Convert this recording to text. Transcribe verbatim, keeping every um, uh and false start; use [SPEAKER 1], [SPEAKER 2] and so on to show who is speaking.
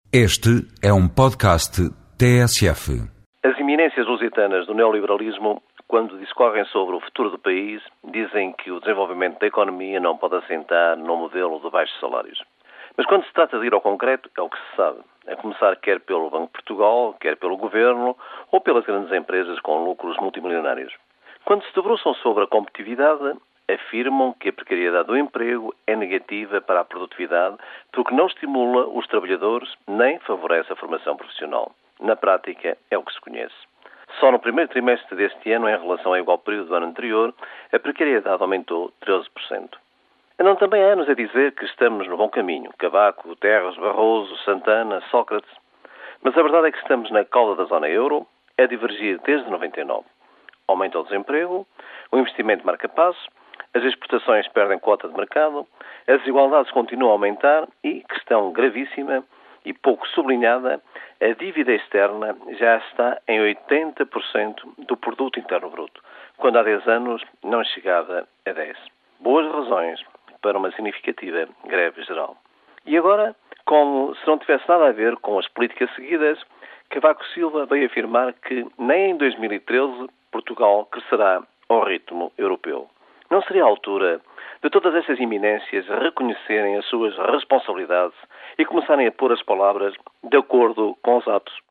[SPEAKER 1] Este é um podcast T S F.
[SPEAKER 2] As iminências lusitanas do neoliberalismo, quando discorrem sobre o futuro do país, dizem que o desenvolvimento da economia não pode assentar no modelo de baixos salários. Mas quando se trata de ir ao concreto, é o que se sabe. A começar quer pelo Banco de Portugal, quer pelo Governo ou pelas grandes empresas com lucros multimilionários. Quando se debruçam sobre a competitividade, afirmam que a precariedade do emprego é negativa para a produtividade porque não estimula os trabalhadores nem favorece a formação profissional. Na prática, é o que se conhece. Só no primeiro trimestre deste ano, em relação ao igual período do ano anterior, a precariedade aumentou treze por cento. Andam também há anos a dizer que estamos no bom caminho. Cavaco, Terras, Barroso, Santana, Sócrates. Mas a verdade é que estamos na cauda da zona euro, a divergir desde noventa e nove. Aumenta o desemprego, o investimento marca passo, as exportações perdem cota de mercado, as desigualdades continuam a aumentar e, questão gravíssima e pouco sublinhada, a dívida externa já está em oitenta por cento do produto interno bruto, quando há dez anos não chegava a dez por cento. Boas razões para uma significativa greve geral. E agora, como se não tivesse nada a ver com as políticas seguidas, Cavaco Silva veio afirmar que nem em dois mil e treze Portugal crescerá ao ritmo europeu. Não seria a altura de todas estas iminências reconhecerem as suas responsabilidades e começarem a pôr as palavras de acordo com os atos?